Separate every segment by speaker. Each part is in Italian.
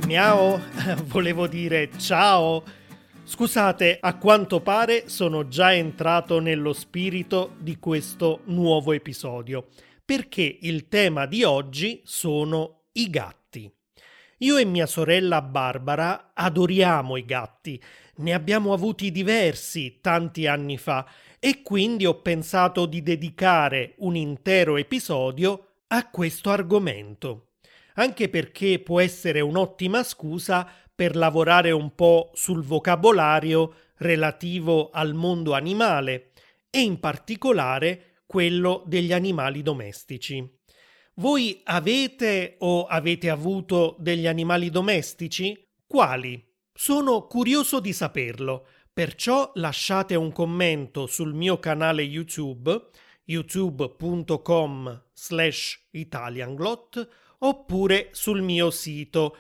Speaker 1: Miao, volevo dire ciao. Scusate, a quanto pare sono già entrato nello spirito di questo nuovo episodio, perché il tema di oggi sono i gatti. Io e mia sorella Barbara adoriamo i gatti, ne abbiamo avuti diversi tanti anni fa e quindi ho pensato di dedicare un intero episodio a questo argomento, anche perché può essere un'ottima scusa per lavorare un po' sul vocabolario relativo al mondo animale e in particolare quello degli animali domestici. Voi avete o avete avuto degli animali domestici? Quali? Sono curioso di saperlo, perciò lasciate un commento sul mio canale YouTube, youtube.com/italianglot, oppure sul mio sito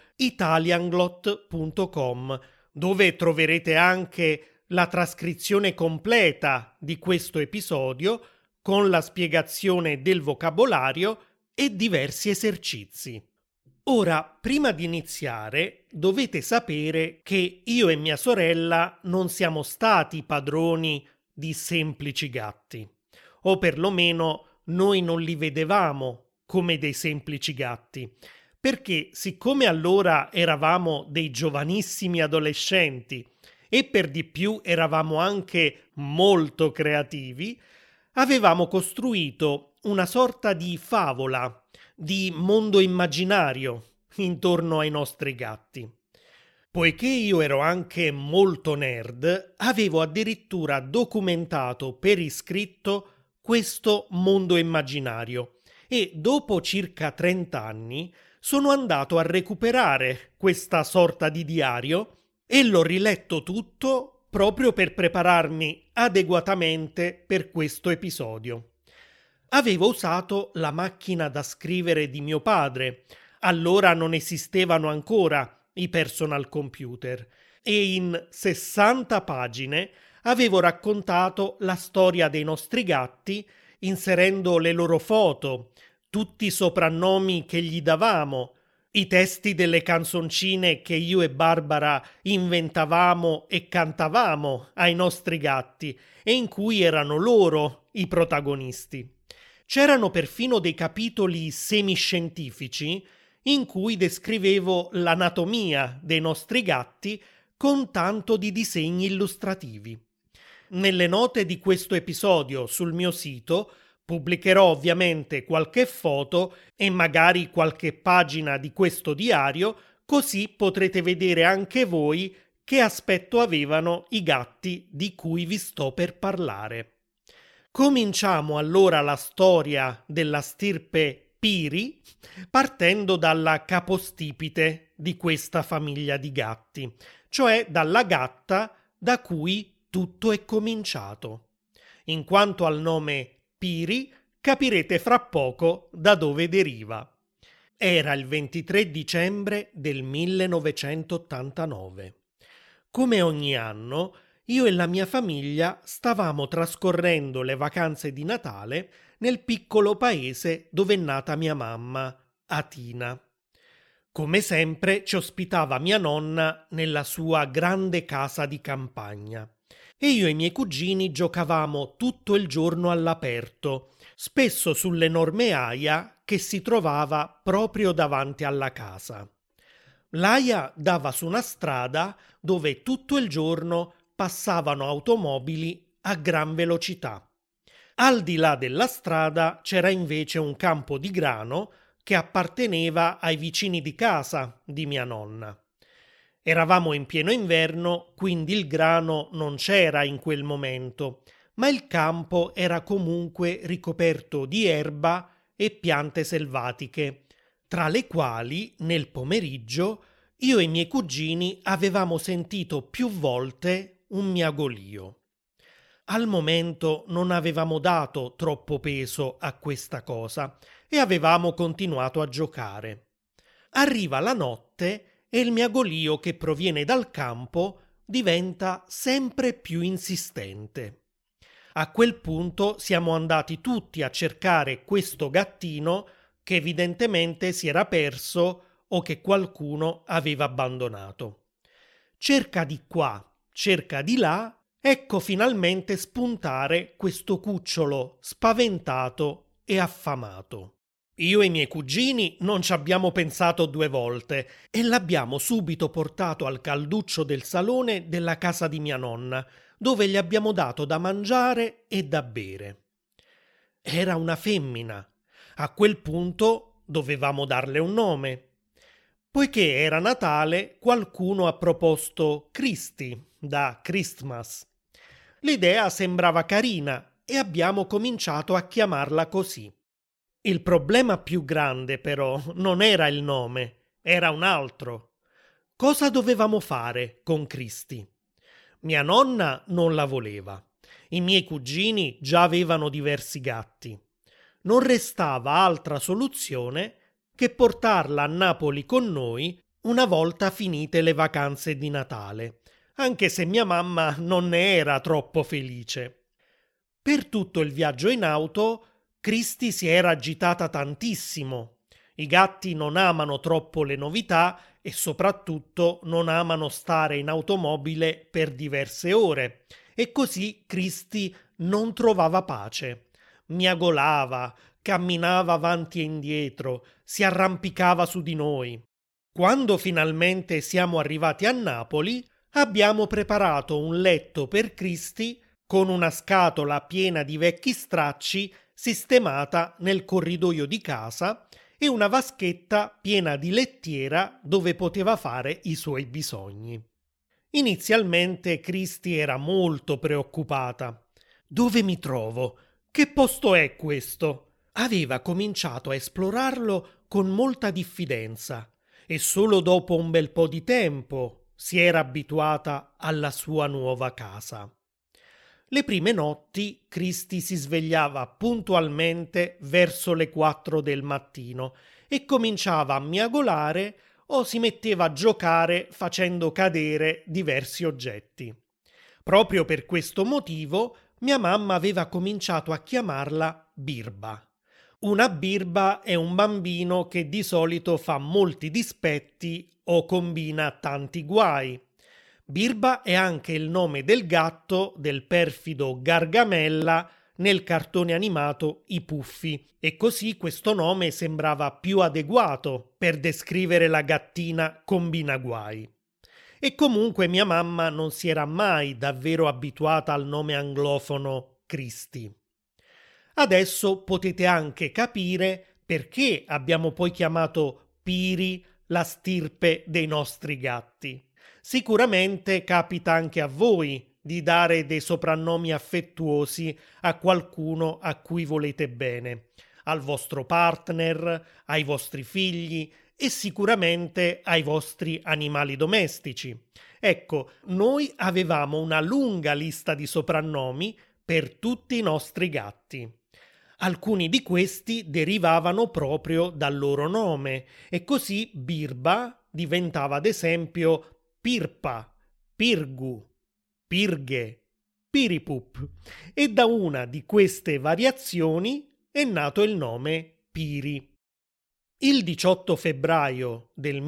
Speaker 1: italianglot.com, dove troverete anche la trascrizione completa di questo episodio con la spiegazione del vocabolario e diversi esercizi. Ora, prima di iniziare, dovete sapere che io e mia sorella non siamo stati padroni di semplici gatti, o perlomeno noi non li vedevamo come dei semplici gatti, perché siccome allora eravamo dei giovanissimi adolescenti e per di più eravamo anche molto creativi, avevamo costruito una sorta di favola, di mondo immaginario intorno ai nostri gatti. Poiché io ero anche molto nerd, avevo addirittura documentato per iscritto questo mondo immaginario e dopo circa 30 anni sono andato a recuperare questa sorta di diario e l'ho riletto tutto proprio per prepararmi adeguatamente per questo episodio. Avevo usato la macchina da scrivere di mio padre, allora non esistevano ancora i personal computer, e in 60 pagine avevo raccontato la storia dei nostri gatti inserendo le loro foto, tutti i soprannomi che gli davamo, i testi delle canzoncine che io e Barbara inventavamo e cantavamo ai nostri gatti e in cui erano loro i protagonisti. C'erano perfino dei capitoli semiscientifici in cui descrivevo l'anatomia dei nostri gatti con tanto di disegni illustrativi. Nelle note di questo episodio sul mio sito pubblicherò ovviamente qualche foto e magari qualche pagina di questo diario, così potrete vedere anche voi che aspetto avevano i gatti di cui vi sto per parlare. Cominciamo allora la storia della stirpe Piri partendo dalla capostipite di questa famiglia di gatti, cioè dalla gatta da cui tutto è cominciato. In quanto al nome Piri, capirete fra poco da dove deriva. Era il 23 dicembre del 1989. Come ogni anno, io e la mia famiglia stavamo trascorrendo le vacanze di Natale nel piccolo paese dove è nata mia mamma, Atina. Come sempre ci ospitava mia nonna nella sua grande casa di campagna e io e i miei cugini giocavamo tutto il giorno all'aperto, spesso sull'enorme aia che si trovava proprio davanti alla casa. L'aia dava su una strada dove tutto il giorno passavano automobili a gran velocità. Al di là della strada c'era invece un campo di grano che apparteneva ai vicini di casa di mia nonna. Eravamo in pieno inverno, quindi il grano non c'era in quel momento, ma il campo era comunque ricoperto di erba e piante selvatiche, tra le quali, nel pomeriggio, io e i miei cugini avevamo sentito più volte un miagolio. Al momento non avevamo dato troppo peso a questa cosa e avevamo continuato a giocare. Arriva la notte e il miagolio che proviene dal campo diventa sempre più insistente. A quel punto siamo andati tutti a cercare questo gattino che evidentemente si era perso o che qualcuno aveva abbandonato. Cerca di qua, cerca di là, ecco finalmente spuntare questo cucciolo spaventato e affamato. Io e i miei cugini non ci abbiamo pensato 2 volte e l'abbiamo subito portato al calduccio del salone della casa di mia nonna, dove gli abbiamo dato da mangiare e da bere. Era una femmina. A quel punto dovevamo darle un nome. Poiché era Natale, qualcuno ha proposto Christy, da Christmas. L'idea sembrava carina e abbiamo cominciato a chiamarla così. Il problema più grande, però, non era il nome, era un altro. Cosa dovevamo fare con Christy? Mia nonna non la voleva. I miei cugini già avevano diversi gatti. Non restava altra soluzione che portarla a Napoli con noi una volta finite le vacanze di Natale, anche se mia mamma non ne era troppo felice. Per tutto il viaggio in auto, Christy si era agitata tantissimo. I gatti non amano troppo le novità e soprattutto non amano stare in automobile per diverse ore, e così Christy non trovava pace. Miagolava, camminava avanti e indietro, si arrampicava su di noi. Quando finalmente siamo arrivati a Napoli, abbiamo preparato un letto per Christy con una scatola piena di vecchi stracci sistemata nel corridoio di casa e una vaschetta piena di lettiera dove poteva fare i suoi bisogni. Inizialmente Christy era molto preoccupata. Dove mi trovo? Che posto è questo? Aveva cominciato a esplorarlo con molta diffidenza e solo dopo un bel po' di tempo si era abituata alla sua nuova casa. Le prime notti Christy si svegliava puntualmente verso le 4 del mattino e cominciava a miagolare o si metteva a giocare facendo cadere diversi oggetti. Proprio per questo motivo mia mamma aveva cominciato a chiamarla Birba. Una birba è un bambino che di solito fa molti dispetti o combina tanti guai. Birba è anche il nome del gatto del perfido Gargamella nel cartone animato I Puffi, e così questo nome sembrava più adeguato per descrivere la gattina combinaguai. E comunque mia mamma non si era mai davvero abituata al nome anglofono Christy. Adesso potete anche capire perché abbiamo poi chiamato Piri la stirpe dei nostri gatti. Sicuramente capita anche a voi di dare dei soprannomi affettuosi a qualcuno a cui volete bene, al vostro partner, ai vostri figli e sicuramente ai vostri animali domestici. Ecco, noi avevamo una lunga lista di soprannomi per tutti i nostri gatti. Alcuni di questi derivavano proprio dal loro nome e così Birba diventava ad esempio Pirpa, Pirgu, Pirghe, Piripup, e da una di queste variazioni è nato il nome Piri. Il 18 febbraio del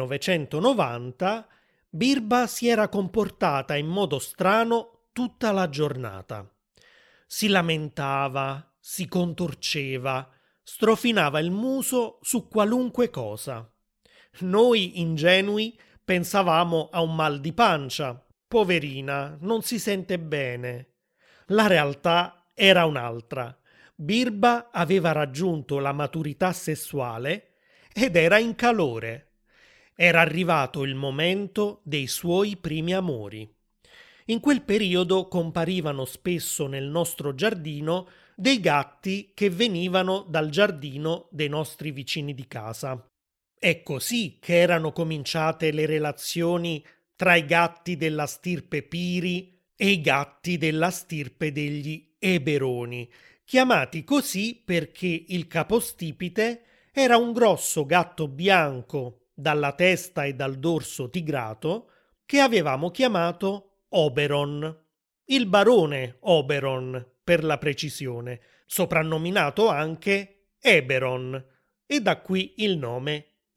Speaker 1: 1990 Birba si era comportata in modo strano tutta la giornata. Si lamentava, si contorceva, strofinava il muso su qualunque cosa. Noi, ingenui, pensavamo a un mal di pancia. Poverina, non si sente bene. La realtà era un'altra. Birba aveva raggiunto la maturità sessuale ed era in calore. Era arrivato il momento dei suoi primi amori. In quel periodo comparivano spesso nel nostro giardino dei gatti che venivano dal giardino dei nostri vicini di casa. È così che erano cominciate le relazioni tra i gatti della stirpe Piri e i gatti della stirpe degli Eberoni, chiamati così perché il capostipite era un grosso gatto bianco dalla testa e dal dorso tigrato che avevamo chiamato Oberon, il barone Oberon per la precisione, soprannominato anche Eberon, e da qui il nome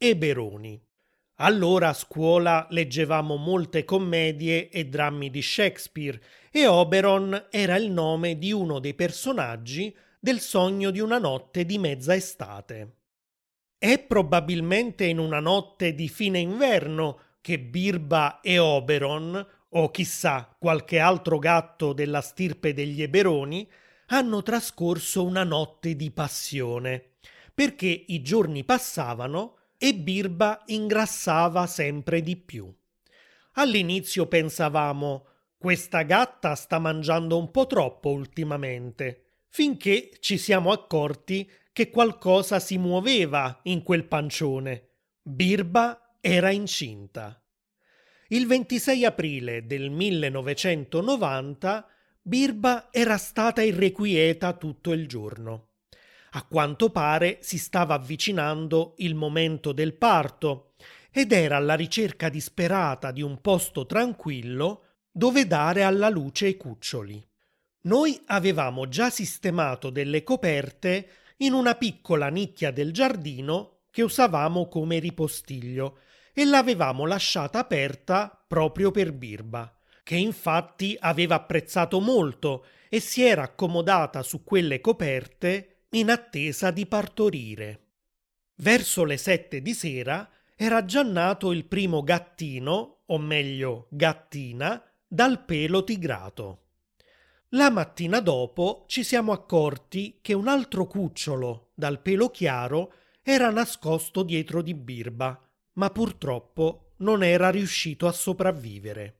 Speaker 1: Eberoni. Allora a scuola leggevamo molte commedie e drammi di Shakespeare e Oberon era il nome di uno dei personaggi del Sogno di una notte di mezza estate. È probabilmente in una notte di fine inverno che Birba e Oberon, o chissà qualche altro gatto della stirpe degli Eberoni, hanno trascorso una notte di passione, perché i giorni passavano e Birba ingrassava sempre di più. All'inizio pensavamo: questa gatta sta mangiando un po' troppo ultimamente, finché ci siamo accorti che qualcosa si muoveva in quel pancione. Birba era incinta. Il 26 aprile del 1990 Birba era stata irrequieta tutto il giorno. A quanto pare si stava avvicinando il momento del parto ed era alla ricerca disperata di un posto tranquillo dove dare alla luce i cuccioli. Noi avevamo già sistemato delle coperte in una piccola nicchia del giardino che usavamo come ripostiglio e l'avevamo lasciata aperta proprio per Birba, che infatti aveva apprezzato molto e si era accomodata su quelle coperte in attesa di partorire. Verso le 7 di sera era già nato il primo gattino, o meglio gattina, dal pelo tigrato. La mattina dopo ci siamo accorti che un altro cucciolo dal pelo chiaro era nascosto dietro di Birba, ma purtroppo non era riuscito a sopravvivere.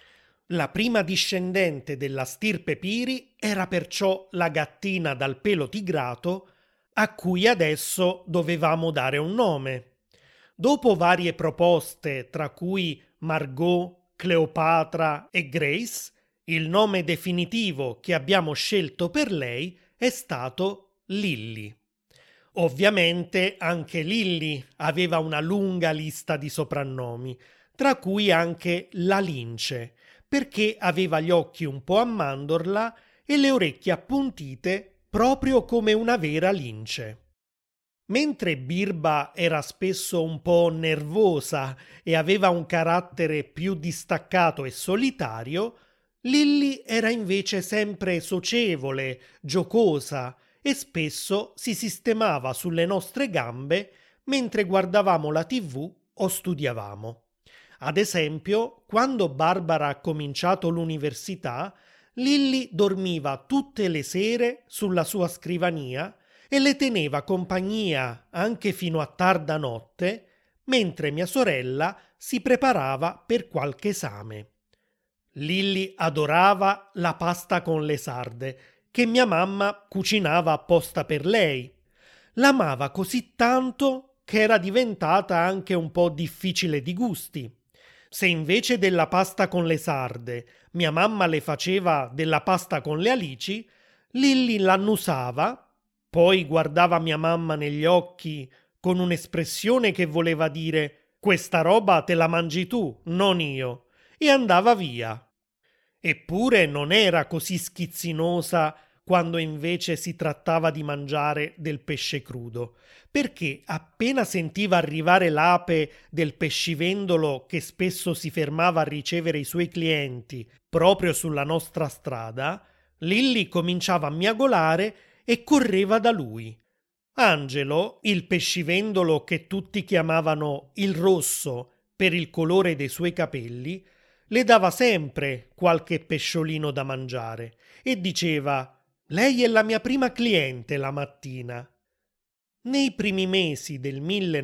Speaker 1: La prima discendente della stirpe Piri era perciò la gattina dal pelo tigrato a cui adesso dovevamo dare un nome. Dopo varie proposte, tra cui Margot, Cleopatra e Grace, il nome definitivo che abbiamo scelto per lei è stato Lilly. Ovviamente anche Lilly aveva una lunga lista di soprannomi, tra cui anche la lince, perché aveva gli occhi un po' a mandorla e le orecchie appuntite proprio come una vera lince. Mentre Birba era spesso un po' nervosa e aveva un carattere più distaccato e solitario, Lilly era invece sempre socievole, giocosa e spesso si sistemava sulle nostre gambe mentre guardavamo la TV o studiavamo. Ad esempio, quando Barbara ha cominciato l'università, Lilly dormiva tutte le sere sulla sua scrivania e le teneva compagnia anche fino a tarda notte, mentre mia sorella si preparava per qualche esame. Lilly adorava la pasta con le sarde, che mia mamma cucinava apposta per lei. L'amava così tanto che era diventata anche un po' difficile di gusti. Se invece della pasta con le sarde mia mamma le faceva della pasta con le alici, Lilly l'annusava, poi guardava mia mamma negli occhi con un'espressione che voleva dire: questa roba te la mangi tu, non io, e andava via. Eppure non era così schizzinosa quando invece si trattava di mangiare del pesce crudo, perché appena sentiva arrivare l'ape del pescivendolo che spesso si fermava a ricevere i suoi clienti proprio sulla nostra strada, Lilly cominciava a miagolare e correva da lui. Angelo, il pescivendolo che tutti chiamavano il rosso per il colore dei suoi capelli, le dava sempre qualche pesciolino da mangiare e diceva: «Lei è la mia prima cliente la mattina». Nei primi mesi del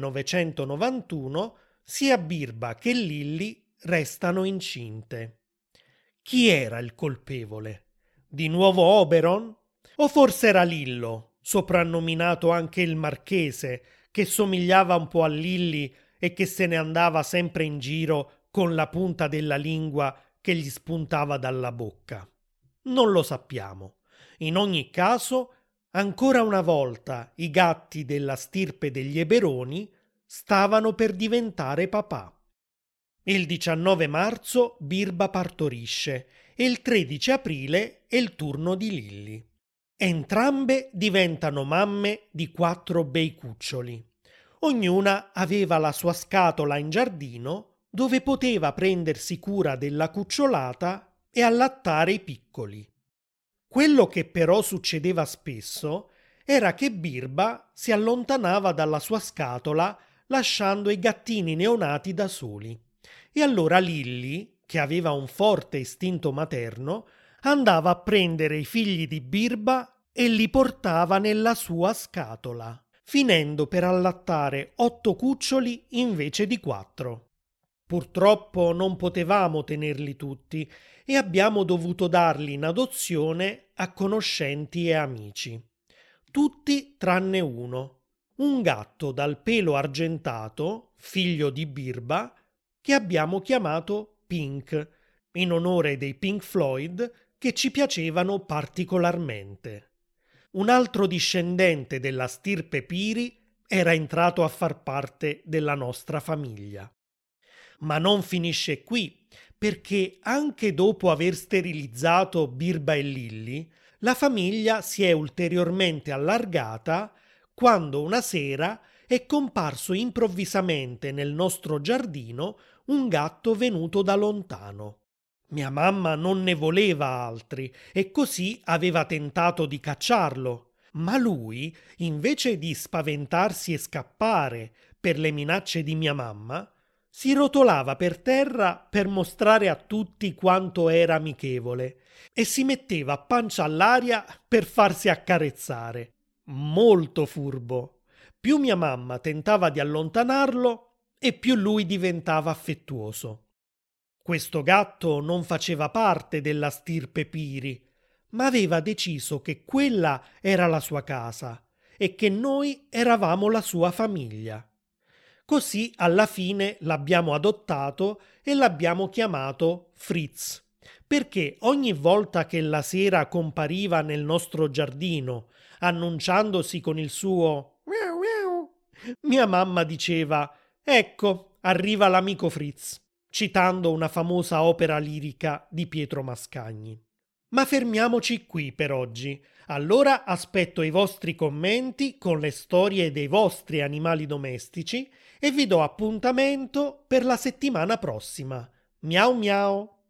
Speaker 1: 1991 sia Birba che Lilly restano incinte. Chi era il colpevole? Di nuovo Oberon? O forse era Lillo, soprannominato anche il Marchese, che somigliava un po' a Lilly e che se ne andava sempre in giro con la punta della lingua che gli spuntava dalla bocca? Non lo sappiamo. In ogni caso, ancora una volta i gatti della stirpe degli Eberoni stavano per diventare papà. Il 19 marzo Birba partorisce e il 13 aprile è il turno di Lilly. Entrambe diventano mamme di 4 bei cuccioli. Ognuna aveva la sua scatola in giardino dove poteva prendersi cura della cucciolata e allattare i piccoli. Quello che però succedeva spesso era che Birba si allontanava dalla sua scatola lasciando i gattini neonati da soli. E allora Lilli, che aveva un forte istinto materno, andava a prendere i figli di Birba e li portava nella sua scatola, finendo per allattare 8 cuccioli invece di 4. Purtroppo non potevamo tenerli tutti e abbiamo dovuto darli in adozione a conoscenti e amici. Tutti tranne uno, un gatto dal pelo argentato, figlio di Birba, che abbiamo chiamato Pink, in onore dei Pink Floyd che ci piacevano particolarmente. Un altro discendente della stirpe Piri era entrato a far parte della nostra famiglia. Ma non finisce qui, perché anche dopo aver sterilizzato Birba e Lilli, la famiglia si è ulteriormente allargata quando una sera è comparso improvvisamente nel nostro giardino un gatto venuto da lontano. Mia mamma non ne voleva altri e così aveva tentato di cacciarlo, ma lui, invece di spaventarsi e scappare per le minacce di mia mamma, si rotolava per terra per mostrare a tutti quanto era amichevole e si metteva a pancia all'aria per farsi accarezzare. Molto furbo. Più mia mamma tentava di allontanarlo e più lui diventava affettuoso. Questo gatto non faceva parte della stirpe Piri, ma aveva deciso che quella era la sua casa e che noi eravamo la sua famiglia. Così alla fine l'abbiamo adottato e l'abbiamo chiamato Fritz, perché ogni volta che la sera compariva nel nostro giardino, annunciandosi con il suo miau miau, mia mamma diceva: «Ecco, arriva l'amico Fritz», citando una famosa opera lirica di Pietro Mascagni. Ma fermiamoci qui per oggi. Allora aspetto i vostri commenti con le storie dei vostri animali domestici e vi do appuntamento per la settimana prossima. Miau miau!